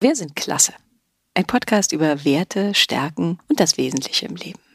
Wir sind klasse. Ein Podcast über Werte, Stärken und das Wesentliche im Leben.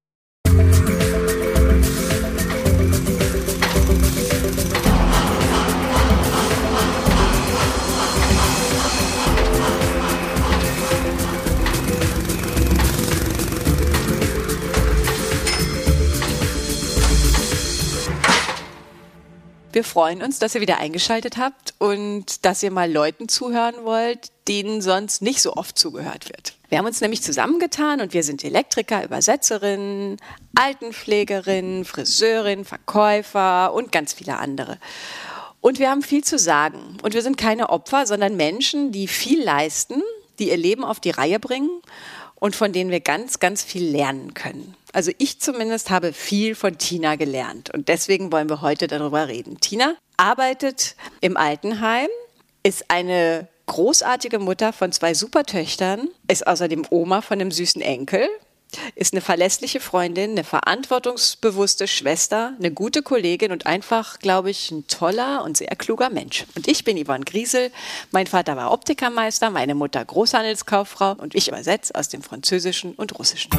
Wir freuen uns, dass ihr wieder eingeschaltet habt und dass ihr mal Leuten zuhören wollt, denen sonst nicht so oft zugehört wird. Wir haben uns nämlich zusammengetan und wir sind Elektriker, Übersetzerinnen, Altenpflegerinnen, Friseurinnen, Verkäufer und ganz viele andere. Und wir haben viel zu sagen. Und wir sind keine Opfer, sondern Menschen, die viel leisten, die ihr Leben auf die Reihe bringen und von denen wir ganz, ganz viel lernen können. Also ich zumindest habe viel von Tina gelernt und deswegen wollen wir heute darüber reden. Tina arbeitet im Altenheim, ist eine großartige Mutter von 2 super Töchtern, ist außerdem Oma von einem süßen Enkel, ist eine verlässliche Freundin, eine verantwortungsbewusste Schwester, eine gute Kollegin und einfach, glaube ich, ein toller und sehr kluger Mensch. Und ich bin Yvonne Griesel, mein Vater war Optikermeister, meine Mutter Großhandelskauffrau und ich übersetze aus dem Französischen und Russischen.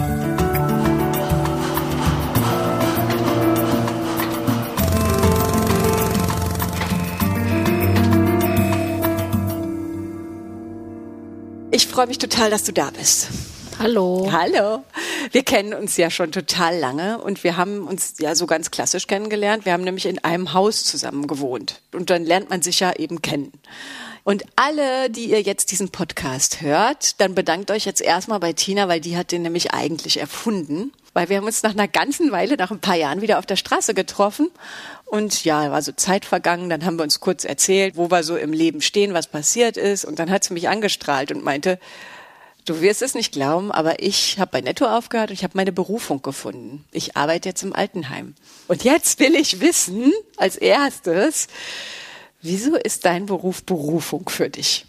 Ich freue mich total, dass du da bist. Hallo. Hallo. Wir kennen uns ja schon total lange und wir haben uns ja so ganz klassisch kennengelernt. Wir haben nämlich in einem Haus zusammen gewohnt und dann lernt man sich ja eben kennen. Und alle, die ihr jetzt diesen Podcast hört, dann bedankt euch jetzt erstmal bei Tina, weil die hat den nämlich eigentlich erfunden. Weil wir haben uns nach einer ganzen Weile, nach ein paar Jahren wieder auf der Straße getroffen und ja, war so Zeit vergangen, dann haben wir uns kurz erzählt, wo wir so im Leben stehen, was passiert ist und dann hat sie mich angestrahlt und meinte, du wirst es nicht glauben, aber ich habe bei Netto aufgehört und ich habe meine Berufung gefunden. Ich arbeite jetzt im Altenheim. Und jetzt will ich wissen, als erstes, wieso ist dein Beruf Berufung für dich?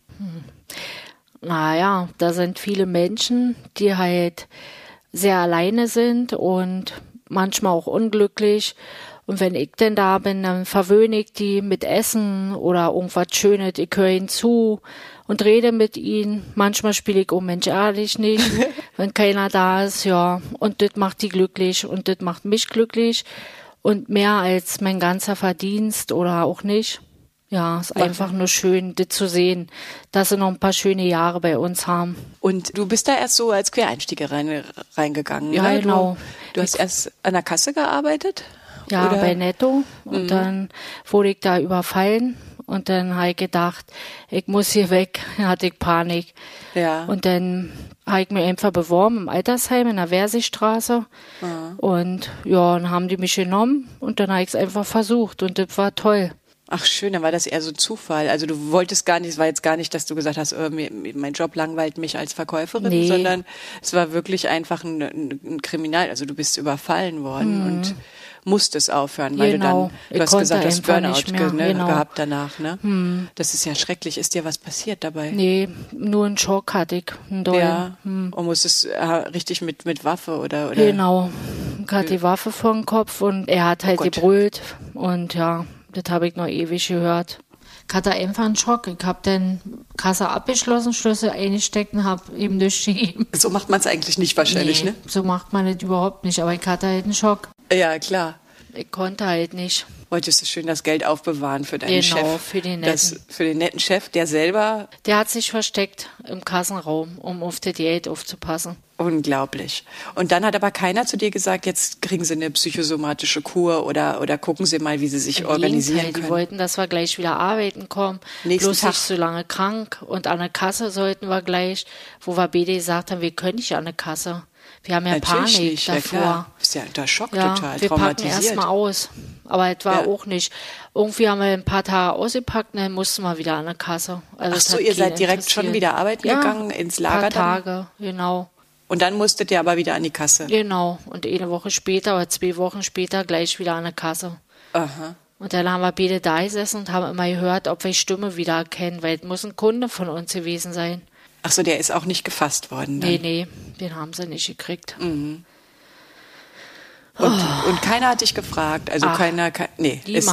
Naja, da sind viele Menschen, die halt sehr alleine sind und manchmal auch unglücklich. Und wenn ich denn da bin, dann verwöhne ich die mit Essen oder irgendwas Schönes. Ich höre ihnen zu und rede mit ihnen. Manchmal spiele ich, oh Mensch, ehrlich nicht, wenn keiner da ist, ja. Und das macht die glücklich und das macht mich glücklich. Und mehr als mein ganzer Verdienst oder auch nicht. Ja, ist einfach nur schön, das zu sehen, dass sie noch ein paar schöne Jahre bei uns haben. Und du bist da erst so als Quereinsteigerin reingegangen, ja, ne? Genau. Du hast erst an der Kasse gearbeitet? Ja, oder? Bei Netto. Und dann wurde ich da überfallen. Und dann habe ich gedacht, ich muss hier weg. Dann hatte ich Panik. Ja. Und dann habe ich mich einfach beworben im Altersheim in der Wersigstraße. Ja. Und ja, dann haben die mich genommen. Und dann habe ich es einfach versucht. Und das war toll. Ach schön, dann war das eher so ein Zufall. Also du wolltest gar nicht, es war jetzt gar nicht, dass du gesagt hast, mein Job langweilt mich als Verkäuferin, sondern es war wirklich einfach ein Kriminal. Also du bist überfallen worden und musstest aufhören, weil du hast gesagt, du hast Burnout gehabt danach. Ne? Das ist ja schrecklich. Ist dir was passiert dabei? Nee, nur einen Schock hatte ich. Ja, und musstest richtig mit Waffe oder? Genau, ich hatte die Waffe vor dem Kopf und er hat halt gebrüllt und ja. Das habe ich noch ewig gehört. Ich hatte einfach einen Schock. Ich habe dann Kasse abgeschlossen, Schlüssel eingesteckt und habe eben durchgegeben. So macht man es eigentlich nicht wahrscheinlich, ne? So macht man das überhaupt nicht. Aber ich hatte halt einen Schock. Ja, klar. Ich konnte halt nicht. Wolltest du schön das Geld aufbewahren für deinen Chef? Genau, für den netten. Für den netten Chef, der selber... Der hat sich versteckt im Kassenraum, um auf die Diät aufzupassen. Unglaublich. Und dann hat aber keiner zu dir gesagt, jetzt kriegen Sie eine psychosomatische Kur oder gucken Sie mal, wie Sie sich organisieren können. Die wollten, dass wir gleich wieder arbeiten kommen. Bloß nicht so lange krank. Und an der Kasse sollten wir gleich, wo wir beide gesagt haben, wir können nicht an der Kasse. Wir haben ja natürlich Panik nicht, davor. Ja, du bist ja unter Schock total wir traumatisiert. packen erstmal aus. Aber es war auch nicht. Irgendwie haben wir ein paar Tage ausgepackt und dann mussten wir wieder an der Kasse. Also ach so, ihr seid direkt schon wieder arbeiten gegangen ins Lager? Ein paar Tage, genau. Und dann musstet ihr aber wieder an die Kasse? Genau. Und eine Woche später oder 2 Wochen später gleich wieder an der Kasse. Aha. Und dann haben wir beide da gesessen und haben immer gehört, ob wir die Stimme wieder erkennen, weil es muss ein Kunde von uns gewesen sein. Ach so, der ist auch nicht gefasst worden dann? Nee, den haben sie nicht gekriegt. Mhm. Und keiner hat dich gefragt? Also nee, niemand. ist nicht.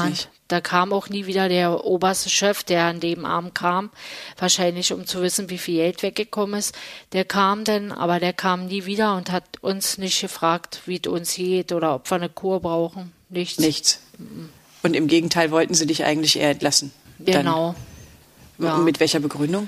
Da kam auch nie wieder der oberste Chef, der an dem Abend kam, wahrscheinlich um zu wissen, wie viel Geld weggekommen ist. Der kam dann, aber der kam nie wieder und hat uns nicht gefragt, wie es uns geht oder ob wir eine Kur brauchen. Nichts. Nichts. Und im Gegenteil wollten sie dich eigentlich eher entlassen. Genau. Ja. Mit welcher Begründung?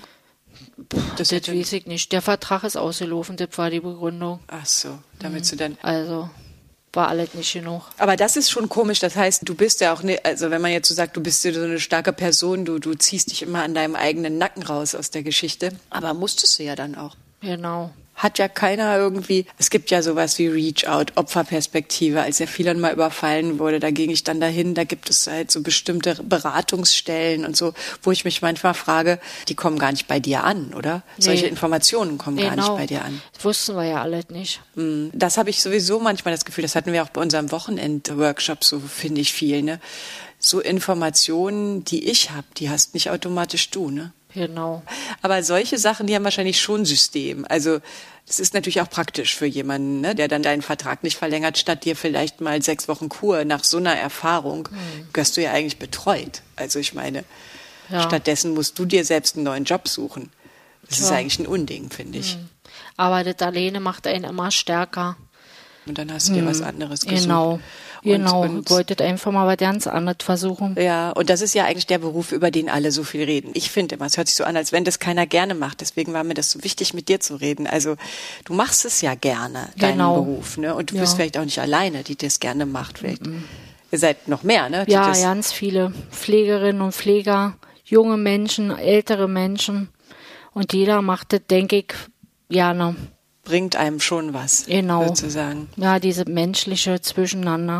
Das weiß ich nicht. Der Vertrag ist ausgelaufen, das war die Begründung. Ach so, damit du dann... Also... war alles nicht genug. Aber das ist schon komisch. Das heißt, du bist ja auch, also wenn man jetzt so sagt, du bist ja so eine starke Person, du ziehst dich immer an deinem eigenen Nacken raus aus der Geschichte. Aber musstest du ja dann auch. Genau. Hat ja keiner irgendwie, es gibt ja sowas wie Reach Out, Opferperspektive, als ja Philan mal überfallen wurde, da ging ich dann dahin, da gibt es halt so bestimmte Beratungsstellen und so, wo ich mich manchmal frage, die kommen gar nicht bei dir an, oder? Nee. Solche Informationen kommen gar nicht bei dir an. Das wussten wir ja alles nicht. Das habe ich sowieso manchmal das Gefühl, das hatten wir auch bei unserem Wochenend-Workshop, so finde ich viel, ne? So Informationen, die ich habe, die hast nicht automatisch du, ne? Genau. Aber solche Sachen, die haben wahrscheinlich schon ein System. Also das ist natürlich auch praktisch für jemanden, ne, der dann deinen Vertrag nicht verlängert, statt dir vielleicht mal 6 Wochen Kur. Nach so einer Erfahrung wirst du ja eigentlich betreut. Also ich meine, stattdessen musst du dir selbst einen neuen Job suchen. Das ist eigentlich ein Unding, finde ich. Aber das alleine macht einen immer stärker. Und dann hast du dir was anderes gesucht. Genau. Genau, ich wollte einfach mal was ganz anderes versuchen. Ja, und das ist ja eigentlich der Beruf, über den alle so viel reden. Ich finde immer, es hört sich so an, als wenn das keiner gerne macht. Deswegen war mir das so wichtig, mit dir zu reden. Also du machst es ja gerne, deinen Beruf, ne? Und du bist vielleicht auch nicht alleine, die das gerne macht. Vielleicht. Ihr seid noch mehr, ne? Ja, ganz viele Pflegerinnen und Pfleger, junge Menschen, ältere Menschen. Und jeder macht das, denke ich, gerne. Bringt einem schon was, sozusagen. Ja, diese menschliche Zwischeneinander.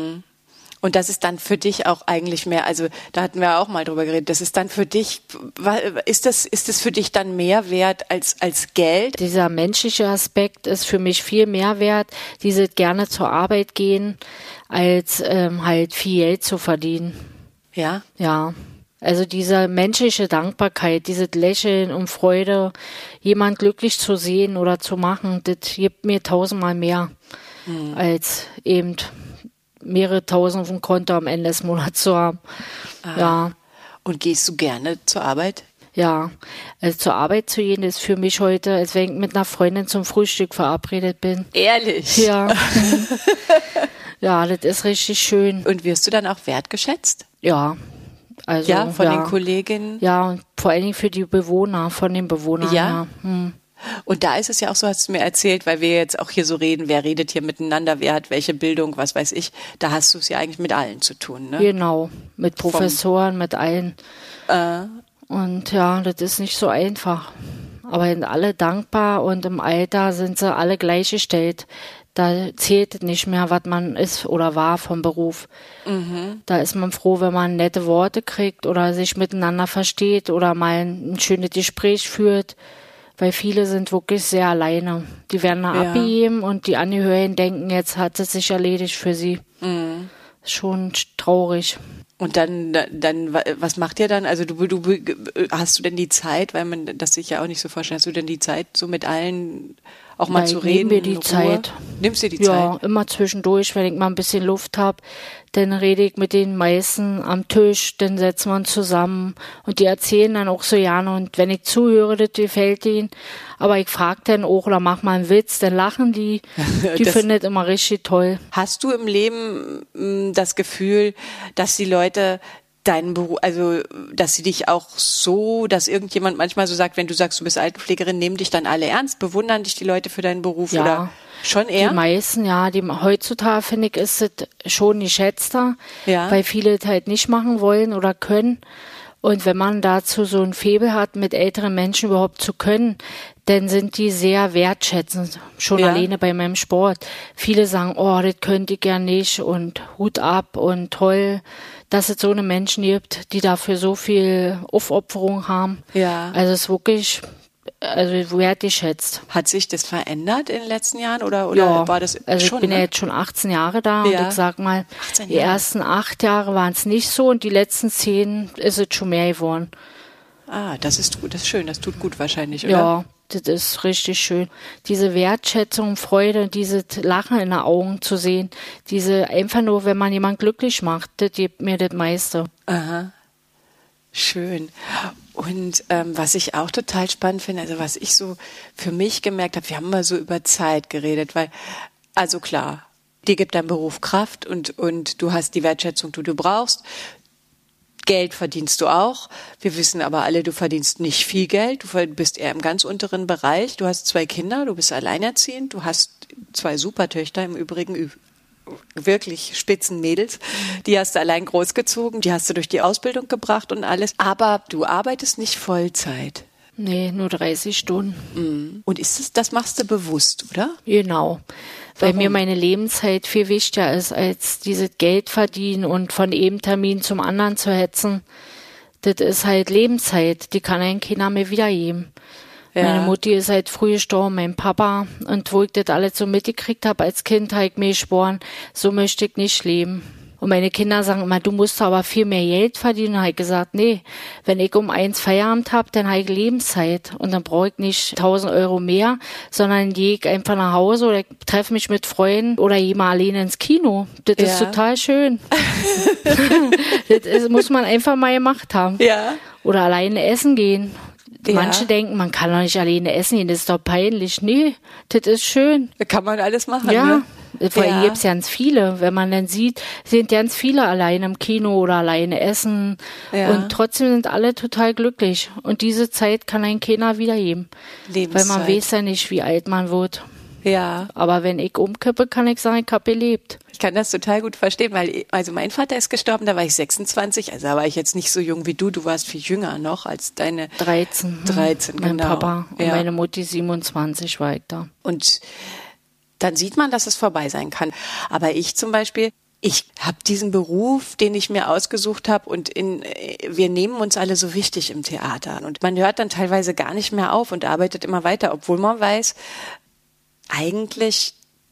Und das ist dann für dich auch eigentlich mehr, also da hatten wir auch mal drüber geredet, das ist dann für dich, ist das für dich dann mehr wert als Geld? Dieser menschliche Aspekt ist für mich viel mehr wert, diese gerne zur Arbeit gehen, als halt viel Geld zu verdienen. Ja? Ja. Also diese menschliche Dankbarkeit, dieses Lächeln und Freude, jemand glücklich zu sehen oder zu machen, das gibt mir 1000-mal mehr, als eben mehrere Tausend auf dem Konto am Ende des Monats zu haben. Ja. Und gehst du gerne zur Arbeit? Ja, also zur Arbeit zu gehen ist für mich heute, als wenn ich mit einer Freundin zum Frühstück verabredet bin. Ehrlich? Ja. Ja, das ist richtig schön. Und wirst du dann auch wertgeschätzt? Ja. Also, ja, von den Kolleginnen? Ja, und vor allen Dingen für die Bewohner, von den Bewohnern. Ja. Und da ist es ja auch so, hast du mir erzählt, weil wir jetzt auch hier so reden, wer redet hier miteinander, wer hat welche Bildung, was weiß ich. Da hast du es ja eigentlich mit allen zu tun, ne? Genau, mit Professoren, mit allen. Und ja, das ist nicht so einfach. Aber sind alle dankbar und im Alter sind sie alle gleichgestellt. Da zählt nicht mehr, was man ist oder war vom Beruf. Da ist man froh, wenn man nette Worte kriegt oder sich miteinander versteht oder mal ein schönes Gespräch führt. Weil viele sind wirklich sehr alleine. Die werden da abgegeben und die Angehörigen denken, jetzt hat es sich erledigt für sie. Schon traurig. Und dann, was macht ihr dann? Also hast du denn die Zeit, weil man das sich ja auch nicht so vorstellt, hast du denn die Zeit, so mit allen auch mal zu reden? Nimm mir die Zeit. Nimmst du die Zeit? Ja, immer zwischendurch, wenn ich mal ein bisschen Luft habe, dann rede ich mit den meisten am Tisch, dann setzen wir uns zusammen und die erzählen dann auch so gerne und wenn ich zuhöre, das gefällt ihnen. Aber ich frage dann auch oder mach mal einen Witz, dann lachen die. Die finden das immer richtig toll. Hast du im Leben das Gefühl, dass die Leute deinen Beruf, also dass sie dich auch so, dass irgendjemand manchmal so sagt, wenn du sagst, du bist Altenpflegerin, nehmen dich dann alle ernst, bewundern dich die Leute für deinen Beruf oder schon eher? Die meisten, ja, heutzutage finde ich, ist es schon geschätzter, weil viele es halt nicht machen wollen oder können. Und wenn man dazu so ein Faible hat, mit älteren Menschen überhaupt zu können, dann sind die sehr wertschätzend, schon alleine bei meinem Sport. Viele sagen, oh, das könnte ich gern nicht und Hut ab und toll, dass es so eine Menschen gibt, die dafür so viel Aufopferung haben. Ja. Also es ist wirklich wertgeschätzt. Hat sich das verändert in den letzten Jahren oder war das also schon? Ich bin ja jetzt schon 18 Jahre da und ich sag mal, die ersten 8 Jahre waren es nicht so und die letzten 10 ist es schon mehr geworden. Ah, das ist gut, das ist schön, das tut gut wahrscheinlich, oder? Ja, Das ist richtig schön. Diese Wertschätzung, Freude, dieses Lachen in den Augen zu sehen, diese einfach nur, wenn man jemanden glücklich macht, das gibt mir das meiste. Aha. Schön. Und was ich auch total spannend finde, also was ich so für mich gemerkt habe, wir haben mal so über Zeit geredet, weil, also klar, dir gibt dein Beruf Kraft und du hast die Wertschätzung, die du brauchst. Geld verdienst du auch. Wir wissen aber alle, du verdienst nicht viel Geld. Du bist eher im ganz unteren Bereich. Du hast 2 Kinder, du bist alleinerziehend, du hast 2 Supertöchter im Übrigen, wirklich Spitzenmädels, die hast du allein großgezogen, die hast du durch die Ausbildung gebracht und alles. Aber du arbeitest nicht Vollzeit. Nee, nur 30 Stunden. Und das machst du bewusst, oder? Genau. Weil Warum? mir meine Lebenszeit viel wichtiger ist, als dieses Geld verdienen und von einem Termin zum anderen zu hetzen. Das ist halt Lebenszeit, die kann ein Kinder mir wiedergeben. Ja. Meine Mutti ist halt früh gestorben, mein Papa. Und wo ich das alles so mitgekriegt habe als Kind, habe ich mir geschworen, so möchte ich nicht leben. Und meine Kinder sagen immer, du musst aber viel mehr Geld verdienen. Da habe ich gesagt, nee, wenn ich um 1 Feierabend habe, dann habe ich Lebenszeit. Und dann brauche ich nicht 1.000 Euro mehr, sondern gehe ich einfach nach Hause oder ich treffe mich mit Freunden oder gehe mal alleine ins Kino. Das ist total schön. Muss man einfach mal gemacht haben. Ja. Oder alleine essen gehen. Ja. Manche denken, man kann doch nicht alleine essen gehen, das ist doch peinlich. Nee, das ist schön. Da kann man alles machen, Ja, ne? vor allem gibt's ganz viele. Wenn man dann sieht, sind ganz viele alleine im Kino oder alleine essen. Ja. Und trotzdem sind alle total glücklich. Und diese Zeit kann ein Kinder wiedergeben. Weil man Lebenszeit. weiß ja nicht, wie alt man wird. Ja. Aber wenn ich umkippe, kann ich sagen, ich habe gelebt. Ich kann das total gut verstehen, weil also mein Vater ist gestorben, da war ich 26, also da war ich jetzt nicht so jung wie du warst viel jünger noch als deine 13. 13, Mein genau. Papa und Ja. meine Mutti 27 war ich da. Und dann sieht man, dass es vorbei sein kann. Aber ich zum Beispiel, ich habe diesen Beruf, den ich mir ausgesucht habe und wir nehmen uns alle so wichtig im Theater. Und man hört dann teilweise gar nicht mehr auf und arbeitet immer weiter, obwohl man weiß, eigentlich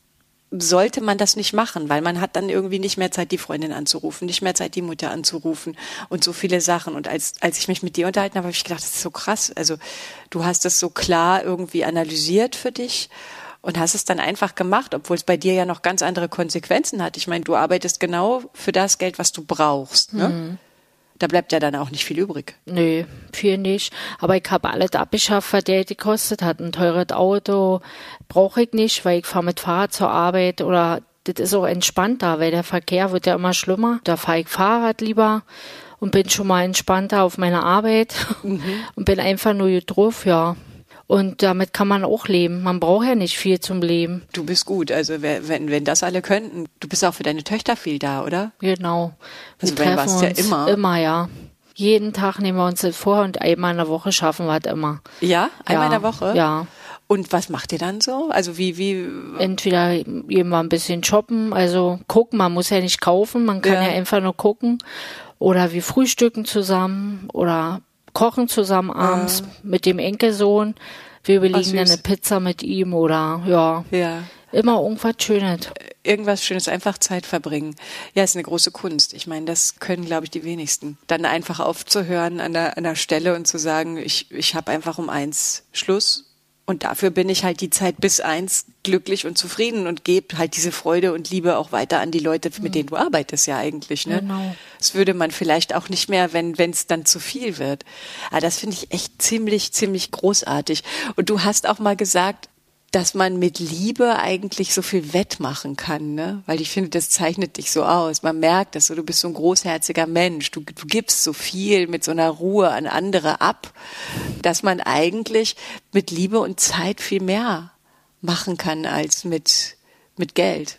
sollte man das nicht machen, weil man hat dann irgendwie nicht mehr Zeit, die Freundin anzurufen, nicht mehr Zeit, die Mutter anzurufen und so viele Sachen. Und als ich mich mit dir unterhalten habe, habe ich gedacht, das ist so krass. Also du hast das so klar irgendwie analysiert für dich und hast es dann einfach gemacht, obwohl es bei dir ja noch ganz andere Konsequenzen hat. Ich meine, du arbeitest genau für das Geld, was du brauchst, ne? Da bleibt ja dann auch nicht viel übrig. Nö, viel nicht. Aber ich habe alles abgeschafft, was Geld gekostet hat. Ein teures Auto brauche ich nicht, weil ich fahre mit Fahrrad zur Arbeit oder das ist auch entspannter, weil der Verkehr wird ja immer schlimmer. Da fahre ich Fahrrad lieber und bin schon mal entspannter auf meine Arbeit und bin einfach nur gut drauf, ja. Und damit kann man auch leben. Man braucht ja nicht viel zum Leben. Du bist gut, also wenn das alle könnten. Du bist auch für deine Töchter viel da, oder? Genau. Wir Also, treffen warst ja uns immer. Immer, ja. Jeden Tag nehmen wir uns das vor und einmal in der Woche schaffen wir es immer. Ja? Einmal Ja, in der Woche? Ja. Und was macht ihr dann so? Also wie? Entweder gehen wir ein bisschen shoppen, also gucken, man muss ja nicht kaufen, man kann Ja. ja einfach nur gucken. Oder wir frühstücken zusammen oder kochen zusammen abends mit dem Enkelsohn. Wir überlegen dann süß. eine Pizza mit ihm oder ja, Ja. immer irgendwas Schönes. Irgendwas Schönes, einfach Zeit verbringen. Ja, ist eine große Kunst. Ich meine, das können, glaube ich, die wenigsten. Dann einfach aufzuhören an der Stelle und zu sagen, ich habe einfach um 1 Schluss. Und dafür bin ich halt die Zeit bis 1 glücklich und zufrieden und gebe halt diese Freude und Liebe auch weiter an die Leute, mit denen du arbeitest ja eigentlich. Ne? Genau. Das würde man vielleicht auch nicht mehr, wenn es dann zu viel wird. Aber das finde ich echt ziemlich, ziemlich großartig. Und du hast auch mal gesagt, dass man mit Liebe eigentlich so viel wettmachen kann, ne? Weil ich finde, das zeichnet dich so aus. Man merkt das so, du bist so ein großherziger Mensch. Du gibst so viel mit so einer Ruhe an andere ab, dass man eigentlich mit Liebe und Zeit viel mehr machen kann als mit Geld.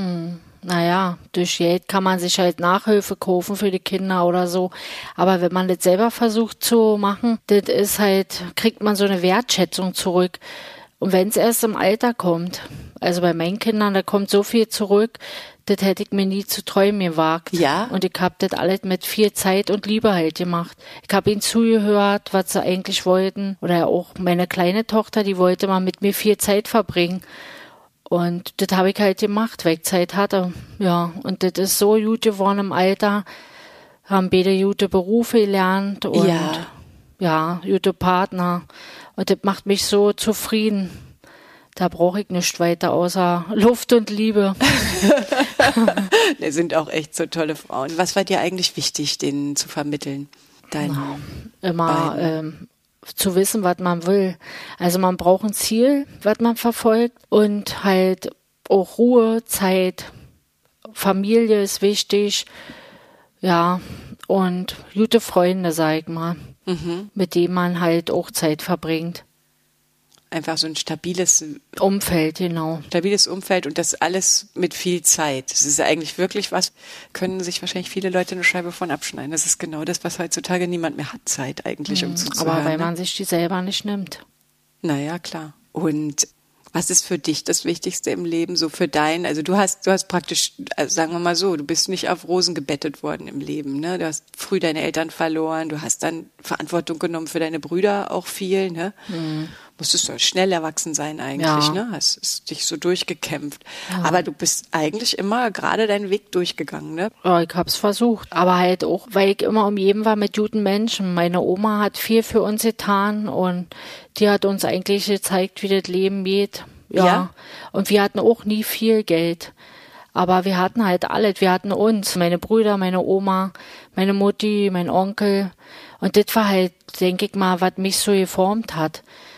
Naja, durch Geld kann man sich halt Nachhilfe kaufen für die Kinder oder so. Aber wenn man das selber versucht zu machen, das ist halt, kriegt man so eine Wertschätzung zurück. Und wenn es erst im Alter kommt, also bei meinen Kindern, da kommt so viel zurück, das hätte ich mir nie zu träumen gewagt. Ja? Und ich habe das alles mit viel Zeit und Liebe halt gemacht. Ich habe ihnen zugehört, was sie eigentlich wollten. Oder auch meine kleine Tochter, die wollte mal mit mir viel Zeit verbringen. Und das habe ich halt gemacht, weil ich Zeit hatte. Ja, und das ist so gut geworden im Alter. Haben beide gute Berufe gelernt und ja, gute Partner. Und das macht mich so zufrieden. Da brauche ich nichts weiter außer Luft und Liebe. Das sind auch echt so tolle Frauen. Was war dir eigentlich wichtig, denen zu vermitteln? Immer zu wissen, was man will. Also man braucht ein Ziel, was man verfolgt und halt auch Ruhe, Zeit, Familie ist wichtig, ja, und gute Freunde, sag ich mal, mit denen man halt auch Zeit verbringt. Einfach so ein stabiles Umfeld, genau. Stabiles Umfeld und das alles mit viel Zeit. Das ist eigentlich wirklich was, können sich wahrscheinlich viele Leute eine Scheibe von abschneiden. Das ist genau das, was heutzutage niemand mehr hat, Zeit eigentlich, um zuzuhören. Aber weil man sich die selber nicht nimmt. Naja, klar. Und was ist für dich das Wichtigste im Leben, so für also du hast praktisch, also sagen wir mal so, du bist nicht auf Rosen gebettet worden im Leben, ne? Du hast früh deine Eltern verloren, du hast dann Verantwortung genommen für deine Brüder auch viel, ne? Musstest du schnell erwachsen sein eigentlich, ne? Hast dich so durchgekämpft. Ja. Aber du bist eigentlich immer gerade deinen Weg durchgegangen, ne? Ja, ich hab's versucht. Aber halt auch, weil ich immer umgeben war mit guten Menschen. Meine Oma hat viel für uns getan und die hat uns eigentlich gezeigt, wie das Leben geht. Ja. Und wir hatten auch nie viel Geld. Aber wir hatten halt alles. Wir hatten uns, meine Brüder, meine Oma, meine Mutti, mein Onkel. Und das war halt, denke ich mal, was mich so geformt hat.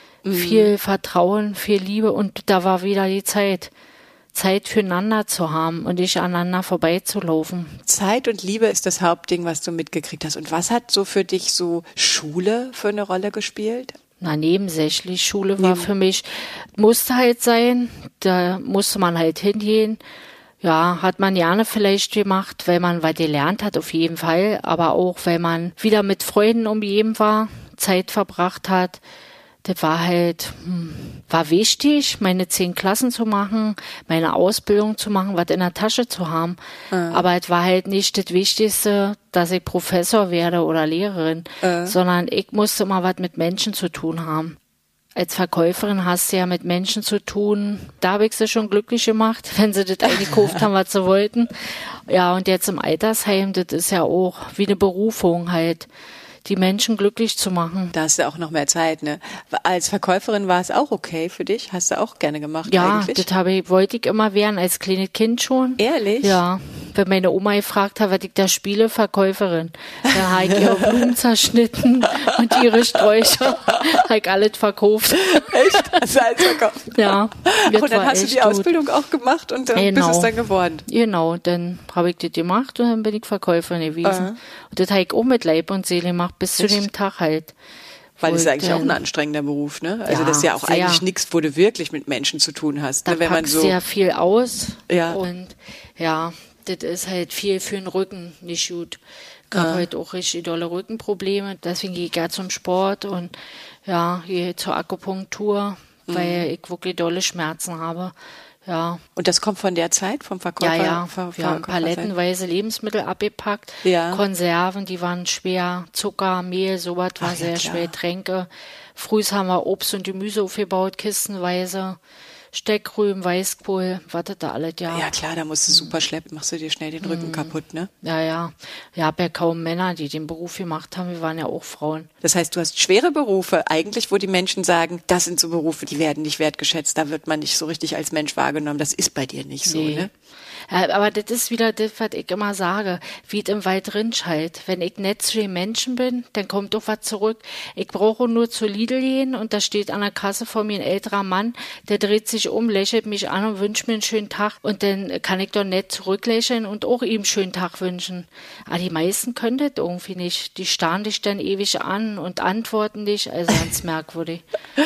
Viel Vertrauen, viel Liebe und da war wieder die Zeit füreinander zu haben und nicht aneinander vorbeizulaufen. Zeit und Liebe ist das Hauptding, was du mitgekriegt hast. Und was hat so für dich so Schule für eine Rolle gespielt? Na, nebensächlich. Schule war für mich, musste halt sein, da musste man halt hingehen. Ja, hat man gerne vielleicht gemacht, weil man was gelernt hat, auf jeden Fall, aber auch, weil man wieder mit Freunden umgeben war, Zeit verbracht hat. Das war halt, war wichtig, meine 10 Klassen zu machen, meine Ausbildung zu machen, was in der Tasche zu haben. Aber es war halt nicht das Wichtigste, dass ich Professor werde oder Lehrerin, sondern ich musste immer was mit Menschen zu tun haben. Als Verkäuferin hast du ja mit Menschen zu tun. Da habe ich sie schon glücklich gemacht, wenn sie das eingekauft haben, was sie wollten. Ja, und jetzt im Altersheim, das ist ja auch wie eine Berufung halt, die Menschen glücklich zu machen. Da hast du auch noch mehr Zeit, ne? Als Verkäuferin war es auch okay für dich? Hast du auch gerne gemacht eigentlich? Ja, das wollte ich immer werden, als kleines Kind schon. Ehrlich? Ja. Wenn meine Oma gefragt hat, was ich da spiele, Verkäuferin. Da habe ich ihre Blumen zerschnitten und ihre Sträucher. Habe ich alles verkauft. Echt? Also als Verkauf? Ja. Und dann hast du die Ausbildung auch gemacht und dann bist es dann geworden? Genau, dann habe ich das gemacht und dann bin ich Verkäuferin gewesen. Und das habe ich auch mit Leib und Seele gemacht, bis zu dem Tag halt. Weil es ist eigentlich auch ein anstrengender Beruf, ne? Also das ist ja auch eigentlich nichts, wo du wirklich mit Menschen zu tun hast. Da ne? Wenn man so sehr viel aus. Ja. Und ja, das ist halt viel für den Rücken nicht gut. Ich habe halt auch richtig dolle Rückenprobleme. Deswegen gehe ich ja zum Sport und ja, gehe zur Akupunktur, weil ich wirklich dolle Schmerzen habe. Ja. Und das kommt von der Zeit, vom Verkäufer? Ja. Wir haben palettenweise Lebensmittel abgepackt. Ja. Konserven, die waren schwer. Zucker, Mehl, sowas war sehr schwer. Tränke. Frühs haben wir Obst und Gemüse aufgebaut, kistenweise. Steckrüben, Weißkohl, was da alles, ja. Ja klar, da musst du super schleppen, machst du dir schnell den Rücken kaputt, ne? Ja. Ich habe ja kaum Männer, die den Beruf gemacht haben, wir waren ja auch Frauen. Das heißt, du hast schwere Berufe, eigentlich, wo die Menschen sagen, das sind so Berufe, die werden nicht wertgeschätzt, da wird man nicht so richtig als Mensch wahrgenommen. Das ist bei dir nicht so, ne? Ja, aber das ist wieder das, was ich immer sage, wie es im Wald drin schallt. Wenn ich nett zu den Menschen bin, dann kommt doch was zurück. Ich brauche nur zu Lidl gehen und da steht an der Kasse vor mir ein älterer Mann, der dreht sich um, lächelt mich an und wünscht mir einen schönen Tag. Und dann kann ich doch nett zurücklächeln und auch ihm einen schönen Tag wünschen. Aber die meisten können das irgendwie nicht. Die starren dich dann ewig an und antworten nicht. Also ganz merkwürdig.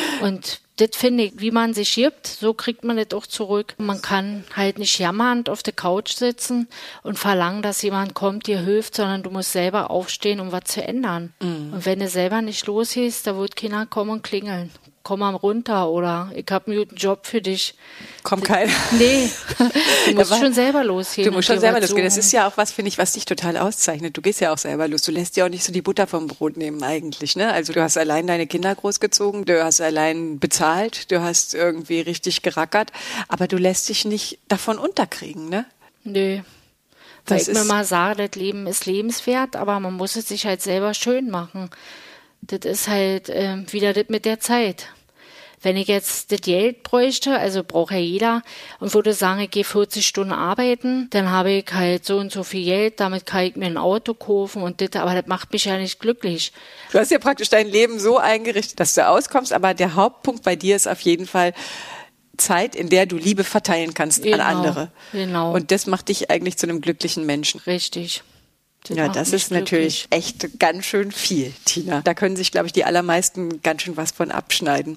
Und das finde ich, wie man sich gibt, so kriegt man das auch zurück. Man kann halt nicht jammernd auf der Couch sitzen und verlangen, dass jemand kommt, dir hilft, sondern du musst selber aufstehen, um was zu ändern. Und wenn du selber nicht losgehst, da wird keiner kommen und klingeln. Komm mal runter oder ich habe einen guten Job für dich. Kommt keiner. Nee, du musst schon selber losgehen. Du musst schon selber losgehen. Das ist ja auch was, finde ich, was dich total auszeichnet. Du gehst ja auch selber los. Du lässt dir auch nicht so die Butter vom Brot nehmen eigentlich, ne? Also du hast allein deine Kinder großgezogen, du hast allein bezahlt, du hast irgendwie richtig gerackert, aber du lässt dich nicht davon unterkriegen, ne? Nee. Weil ich mir mal sage, das Leben ist lebenswert, aber man muss es sich halt selber schön machen. das ist halt wieder das mit der Zeit. Wenn ich jetzt das Geld bräuchte, also braucht ja jeder, und würde sagen, ich gehe 40 Stunden arbeiten, dann habe ich halt so und so viel Geld, damit kann ich mir ein Auto kaufen und das, aber das macht mich ja nicht glücklich. Du hast ja praktisch dein Leben so eingerichtet, dass du auskommst, aber der Hauptpunkt bei dir ist auf jeden Fall Zeit, in der du Liebe verteilen kannst an andere. Genau. Und das macht dich eigentlich zu einem glücklichen Menschen. Richtig. Ja, das ist natürlich echt ganz schön viel, Tina. Da können sich, glaube ich, die allermeisten ganz schön was von abschneiden.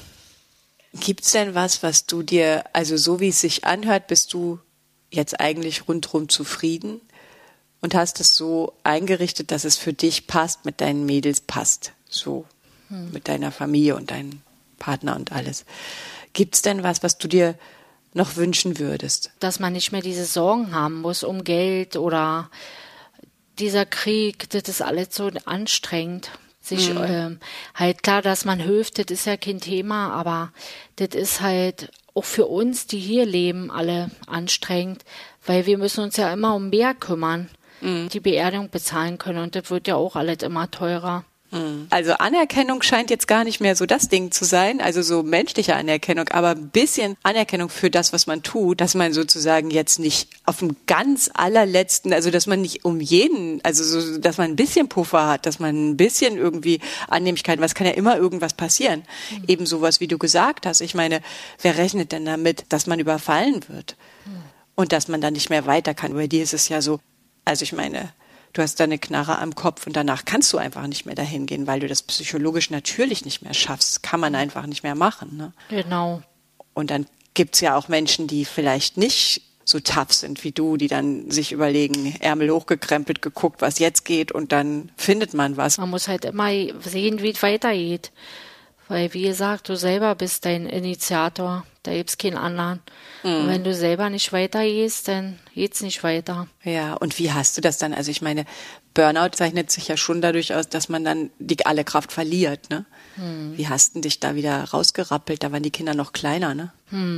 Gibt's denn was du dir, also so wie es sich anhört, bist du jetzt eigentlich rundherum zufrieden und hast es so eingerichtet, dass es für dich passt, mit deinen Mädels passt, so mit deiner Familie und deinem Partner und alles. Gibt's denn was du dir noch wünschen würdest? Dass man nicht mehr diese Sorgen haben muss um Geld oder dieser Krieg, das ist alles so anstrengend. Sich halt klar, dass man hilft, das ist ja kein Thema, aber das ist halt auch für uns, die hier leben, alle anstrengend, weil wir müssen uns ja immer um mehr kümmern, die Beerdigung bezahlen können und das wird ja auch alles immer teurer. Also Anerkennung scheint jetzt gar nicht mehr so das Ding zu sein, also so menschliche Anerkennung, aber ein bisschen Anerkennung für das, was man tut, dass man sozusagen jetzt nicht auf dem ganz allerletzten, also dass man nicht um jeden, also so, dass man ein bisschen Puffer hat, dass man ein bisschen irgendwie Annehmlichkeit, was kann ja immer irgendwas passieren. Eben sowas, wie du gesagt hast. Ich meine, wer rechnet denn damit, dass man überfallen wird und dass man dann nicht mehr weiter kann? Bei dir ist es ja so, also ich meine, du hast da eine Knarre am Kopf und danach kannst du einfach nicht mehr dahin gehen, weil du das psychologisch natürlich nicht mehr schaffst. Kann man einfach nicht mehr machen. Ne? Genau. Und dann gibt's ja auch Menschen, die vielleicht nicht so tough sind wie du, die dann sich überlegen, Ärmel hochgekrempelt, geguckt, was jetzt geht und dann findet man was. Man muss halt immer sehen, wie es weitergeht. Weil, wie gesagt, du selber bist dein Initiator. Da gibt's keinen anderen. Und wenn du selber nicht weitergehst, dann geht's nicht weiter. Ja, und wie hast du das dann? Also ich meine, Burnout zeichnet sich ja schon dadurch aus, dass man dann alle Kraft verliert, ne? Wie hast du dich da wieder rausgerappelt? Da waren die Kinder noch kleiner, ne?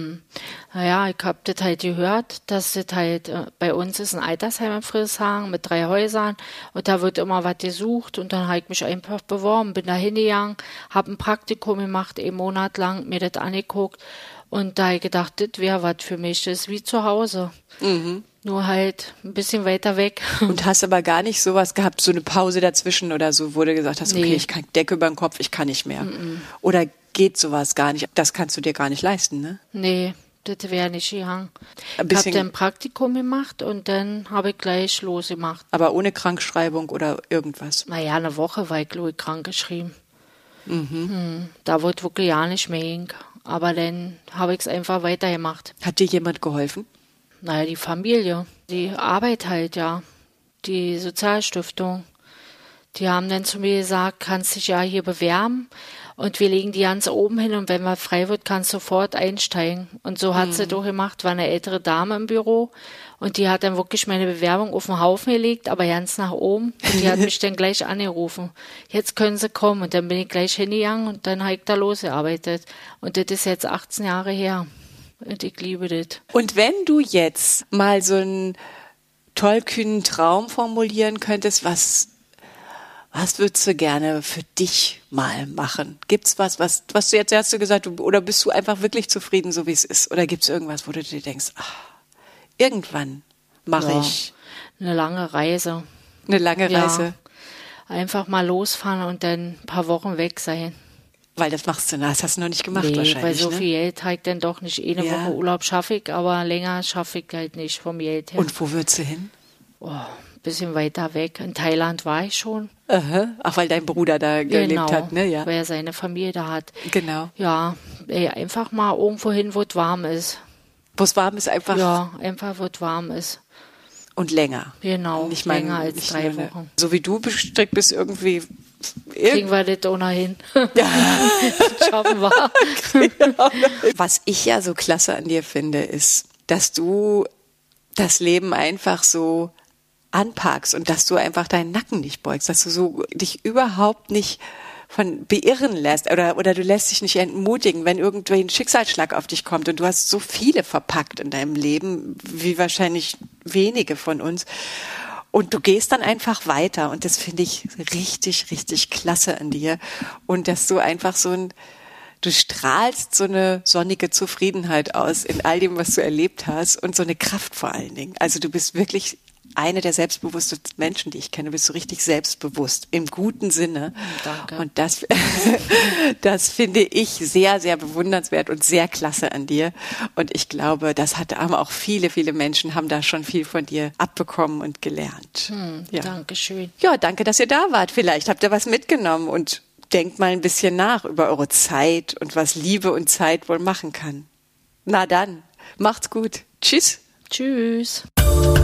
Naja, ich hab das halt gehört, dass das halt, bei uns ist ein Altersheim in Friedrichshagen mit 3 Häusern und da wird immer was gesucht und dann habe ich mich einfach beworben, bin da hingegangen, hab ein Praktikum gemacht, 1 Monat lang, mir das angeguckt und da habe ich gedacht, das wäre was für mich, das ist wie zu Hause. Nur halt ein bisschen weiter weg. Und hast aber gar nicht sowas gehabt, so eine Pause dazwischen oder so, wo du gesagt hast, okay, ich kann Decke über den Kopf, ich kann nicht mehr. Oder geht sowas gar nicht? Das kannst du dir gar nicht leisten, ne? Nee, das wäre nicht gegangen. Ich habe dann ein Praktikum gemacht und dann habe ich gleich losgemacht. Aber ohne Krankschreibung oder irgendwas? Naja, eine Woche war ich, glaube ich, krankgeschrieben. Da wurde wirklich gar nicht mehr ging. Aber dann habe ich es einfach weitergemacht. Hat dir jemand geholfen? Naja, die Familie, die Arbeit halt, ja. Die Sozialstiftung. Die haben dann zu mir gesagt, kannst dich ja hier bewerben und wir legen die ganz oben hin und wenn was frei wird, kannst du sofort einsteigen. Und so hat sie doch gemacht, war eine ältere Dame im Büro und die hat dann wirklich meine Bewerbung auf den Haufen gelegt, aber ganz nach oben. Und die hat mich dann gleich angerufen. Jetzt können sie kommen. Und dann bin ich gleich hingegangen und dann habe ich da losgearbeitet. Und das ist jetzt 18 Jahre her. Und ich liebe das. Und wenn du jetzt mal so einen tollkühnen Traum formulieren könntest, was würdest du gerne für dich mal machen? Gibt's was du jetzt hast du gesagt, oder bist du einfach wirklich zufrieden, so wie es ist? Oder gibt's irgendwas, wo du dir denkst, irgendwann mache ich eine lange Reise. Eine lange Reise. Einfach mal losfahren und dann ein paar Wochen weg sein. Weil das machst du, das hast du noch nicht gemacht wahrscheinlich. Weil so viel Geld habe ich dann doch nicht. Eine Woche Urlaub schaffe ich, aber länger schaffe ich halt nicht vom Geld her. Und wo würdest du hin? Ein bisschen weiter weg. In Thailand war ich schon. Ach, weil dein Bruder da gelebt hat, ne? Ja. Weil er seine Familie da hat. Genau. Ja, einfach mal irgendwo hin, wo es warm ist. Wo es warm ist, einfach? Ja, einfach wo es warm ist. Und länger. Genau, nicht länger als 3 Wochen. So wie du bestrickt bist, irgendwie... Kriegen wir das auch noch hin. Das schaffen wir. Was ich ja so klasse an dir finde, ist, dass du das Leben einfach so anpackst und dass du einfach deinen Nacken nicht beugst, dass du so dich überhaupt nicht von beirren lässt oder du lässt dich nicht entmutigen, wenn irgendwie ein Schicksalsschlag auf dich kommt und du hast so viele verpackt in deinem Leben, wie wahrscheinlich wenige von uns. Und du gehst dann einfach weiter. Und das finde ich richtig, richtig klasse an dir. Und dass du einfach du strahlst so eine sonnige Zufriedenheit aus in all dem, was du erlebt hast und so eine Kraft vor allen Dingen. Also du bist wirklich eine der selbstbewusstesten Menschen, die ich kenne. Du bist so richtig selbstbewusst, im guten Sinne. Danke. Und das finde ich sehr, sehr bewundernswert und sehr klasse an dir. Und ich glaube, haben auch viele, viele Menschen haben da schon viel von dir abbekommen und gelernt. Ja. Dankeschön. Ja, danke, dass ihr da wart. Vielleicht habt ihr was mitgenommen und denkt mal ein bisschen nach über eure Zeit und was Liebe und Zeit wohl machen kann. Na dann, macht's gut. Tschüss. Tschüss.